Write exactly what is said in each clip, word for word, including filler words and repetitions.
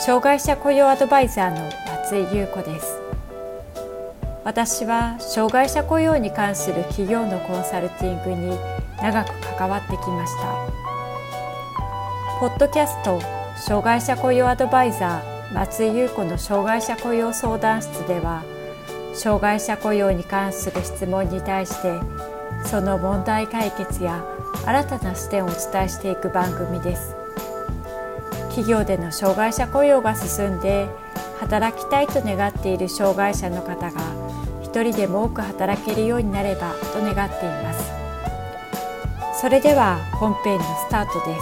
障害者雇用アドバイザーの松井優子です。私は障害者雇用に関する企業のコンサルティングに長く関わってきました。ポッドキャスト障害者雇用アドバイザー松井優子の障害者雇用相談室では、障害者雇用に関する質問に対してその問題解決や新たな視点をお伝えしていく番組です。企業での障害者雇用が進んで働きたいと願っている障害者の方が一人でも多く働けるようになればと願っています。それでは本編のスタートです。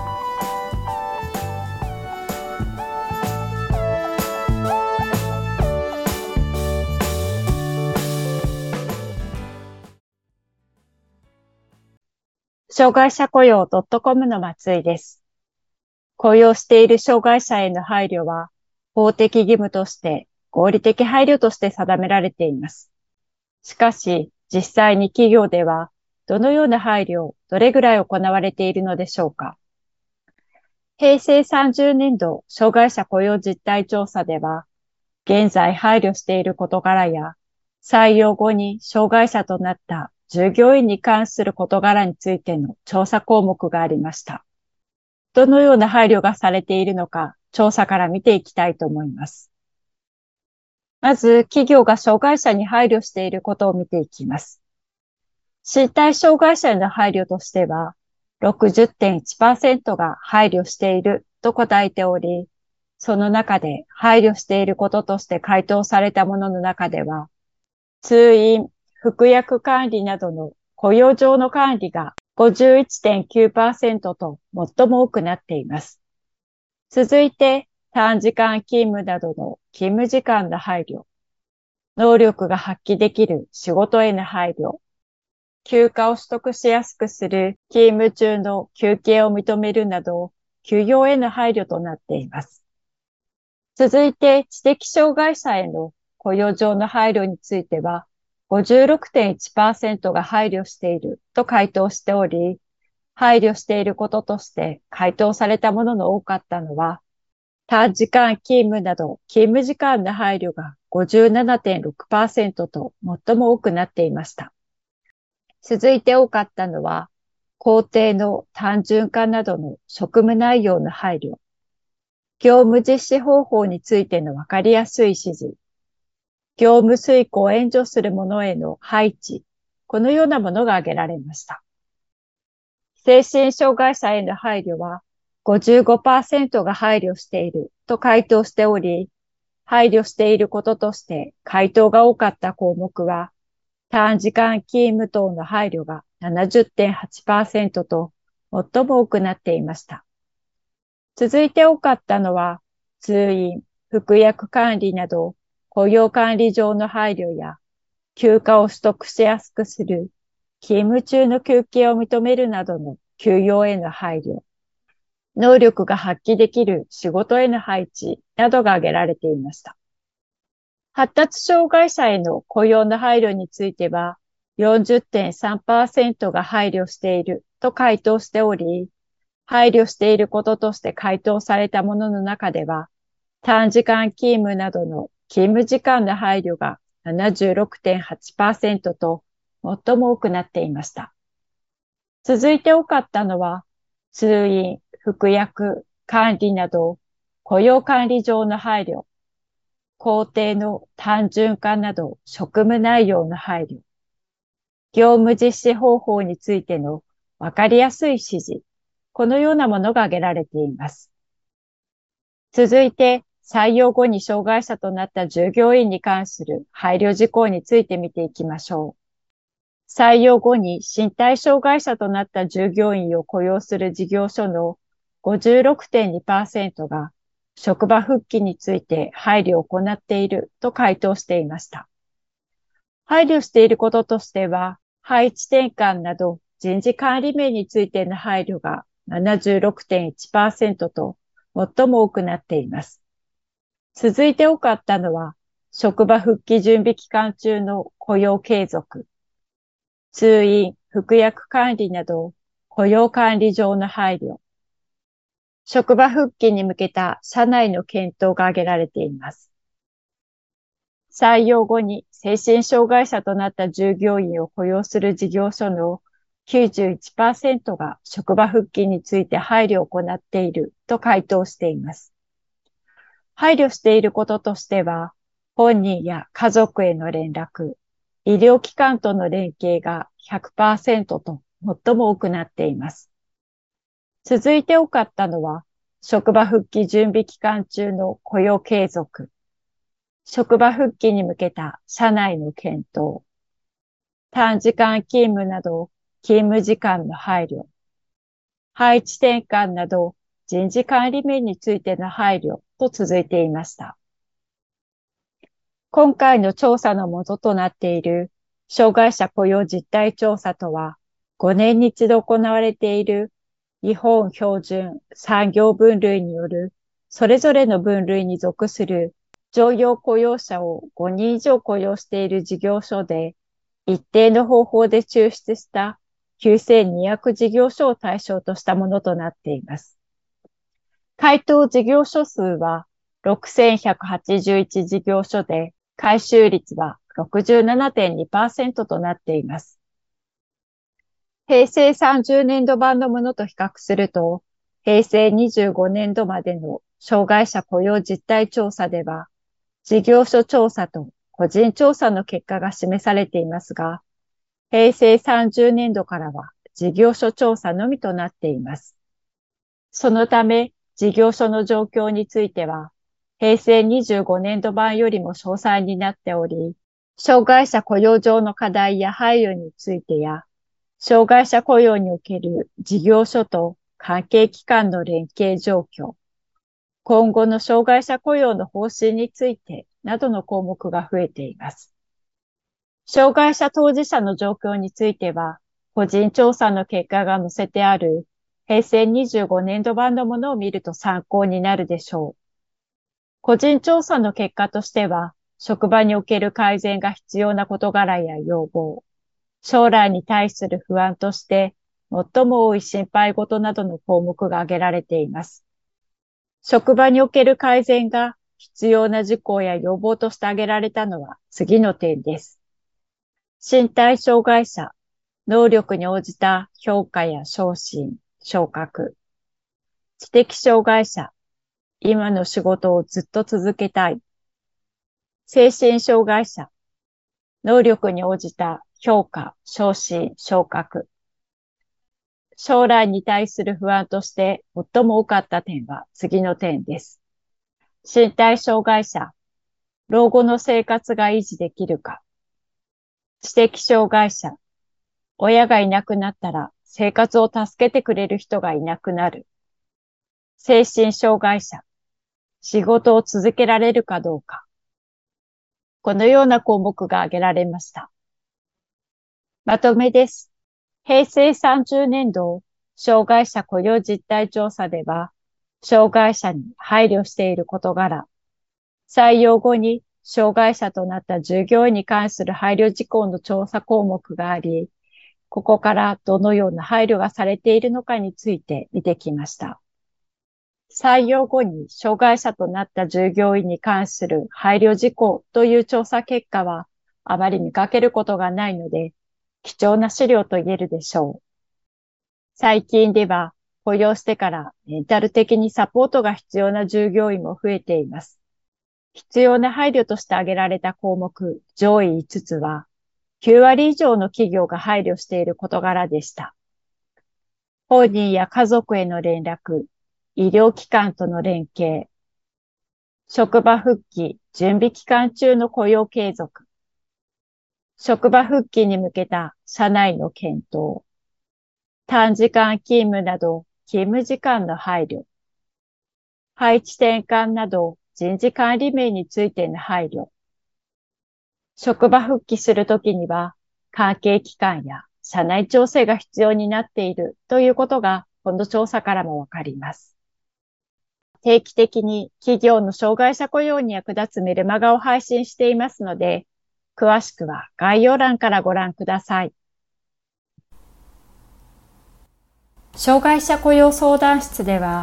障害者雇用 .com の松井です。雇用している障害者への配慮は、法的義務として合理的配慮として定められています。しかし、実際に企業では、どのような配慮をどれぐらい行われているのでしょうか。平成さんじゅうねんど障害者雇用実態調査では、現在配慮している事柄や、採用後に障害者となった従業員に関する事柄についての調査項目がありました。どのような配慮がされているのか、調査から見ていきたいと思います。まず、企業が障害者に配慮していることを見ていきます。身体障害者への配慮としては、ろくじゅってんいちパーセント が配慮していると答えており、その中で配慮していることとして回答されたものの中では、通院、服薬管理などの雇用上の管理が ごじゅういってんきゅうパーセント と最も多くなっています。続いて、短時間勤務などの勤務時間の配慮、能力が発揮できる仕事への配慮、休暇を取得しやすくする勤務中の休憩を認めるなど、休養への配慮となっています。続いて、知的障害者への雇用上の配慮については、ごじゅうろくてんいちパーセント が配慮していると回答しており、配慮していることとして回答されたものの多かったのは、短時間勤務など勤務時間の配慮が ごじゅうななてんろくパーセント と最も多くなっていました。続いて多かったのは、工程の単純化などの職務内容の配慮、業務実施方法についてのわかりやすい指示、業務遂行を援助する者への配置、このようなものが挙げられました。精神障害者への配慮は ごじゅうごパーセント が配慮していると回答しており、配慮していることとして回答が多かった項目は、短時間勤務等の配慮が ななじゅってんはちパーセント と最も多くなっていました。続いて多かったのは、通院、服薬管理など、雇用管理上の配慮や、休暇を取得しやすくする、勤務中の休憩を認めるなどの休養への配慮、能力が発揮できる仕事への配置などが挙げられていました。発達障害者への雇用の配慮については、よんじゅってんさんパーセント が配慮していると回答しており、配慮していることとして回答されたものの中では、短時間勤務などの勤務時間の配慮が ななじゅうろくてんはちパーセント と最も多くなっていました。続いて多かったのは、通院、服薬、管理など、雇用管理上の配慮、工程の単純化など職務内容の配慮、業務実施方法についてのわかりやすい指示、このようなものが挙げられています。続いて、採用後に障害者となった従業員に関する配慮事項について見ていきましょう。採用後に身体障害者となった従業員を雇用する事業所の ごじゅうろくてんにパーセント が職場復帰について配慮を行っていると回答していました。配慮していることとしては、配置転換など人事管理面についての配慮が ななじゅうろくてんいちパーセント と最も多くなっています。続いて多かったのは、職場復帰準備期間中の雇用継続、通院、服薬管理など雇用管理上の配慮、 職場復帰に向けた社内の検討が挙げられています。採用後に精神障害者となった従業員を雇用する事業所のきゅうじゅういちパーセントが職場復帰について配慮を行っていると回答しています。配慮していることとしては、本人や家族への連絡、医療機関との連携が ひゃくパーセント と最も多くなっています。続いて多かったのは、職場復帰準備期間中の雇用継続、職場復帰に向けた社内の検討、短時間勤務など勤務時間の配慮、配置転換など人事管理面についての配慮と続いていました。今回の調査の元となっている障害者雇用実態調査とは、ごねんに一度行われている日本標準産業分類によるそれぞれの分類に属する常用雇用者をごにん以上雇用している事業所で一定の方法で抽出したきゅうせんにひゃく事業所を対象としたものとなっています。回答事業所数はろくせんひゃくはちじゅういち事業所で回収率は ろくじゅうななてんにパーセント となっています。平成さんじゅうねんど版のものと比較すると、平成にじゅうごねんどまでの障害者雇用実態調査では、事業所調査と個人調査の結果が示されていますが、平成さんじゅうねんどからは事業所調査のみとなっています。そのため、事業所の状況については、平成にじゅうごねんど版よりも詳細になっており、障害者雇用上の課題や配慮についてや、障害者雇用における事業所と関係機関の連携状況、今後の障害者雇用の方針についてなどの項目が増えています。障害者当事者の状況については、個人調査の結果が載せてある平成にじゅうごねんど版のものを見ると参考になるでしょう。個人調査の結果としては、職場における改善が必要な事柄や要望、将来に対する不安として、最も多い心配事などの項目が挙げられています。職場における改善が必要な事項や要望として挙げられたのは次の点です。身体障害者、能力に応じた評価や昇進、昇格。知的障害者、今の仕事をずっと続けたい。精神障害者、能力に応じた評価、昇進、昇格。将来に対する不安として最も多かった点は次の点です。身体障害者、老後の生活が維持できるか。知的障害者、親がいなくなったら生活を助けてくれる人がいなくなる。精神障害者、仕事を続けられるかどうか。このような項目が挙げられました。まとめです。平成さんじゅうねんど障害者雇用実態調査では、障害者に配慮している事柄、採用後に障害者となった従業員に関する配慮事項の調査項目があり、ここからどのような配慮がされているのかについて見てきました。採用後に障害者となった従業員に関する配慮事項という調査結果はあまり見かけることがないので、貴重な資料と言えるでしょう。最近では雇用してからメンタル的にサポートが必要な従業員も増えています。必要な配慮として挙げられた項目上位いつつは、きゅうわり以上の企業が配慮している事柄でした。本人や家族への連絡、医療機関との連携、職場復帰、準備期間中の雇用継続、職場復帰に向けた社内の検討、短時間勤務など勤務時間の配慮、配置転換など人事管理面についての配慮、職場復帰するときには関係機関や社内調整が必要になっているということがこの調査からもわかります。定期的に企業の障害者雇用に役立つメルマガを配信していますので、詳しくは概要欄からご覧ください。障害者雇用相談室では、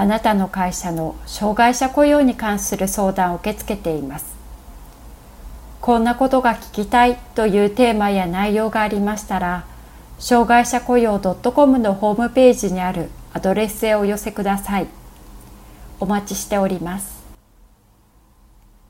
あなたの会社の障害者雇用に関する相談を受け付けています。こんなことが聞きたいというテーマや内容がありましたら、障害者雇用 .com のホームページにあるアドレスへお寄せください。お待ちしております。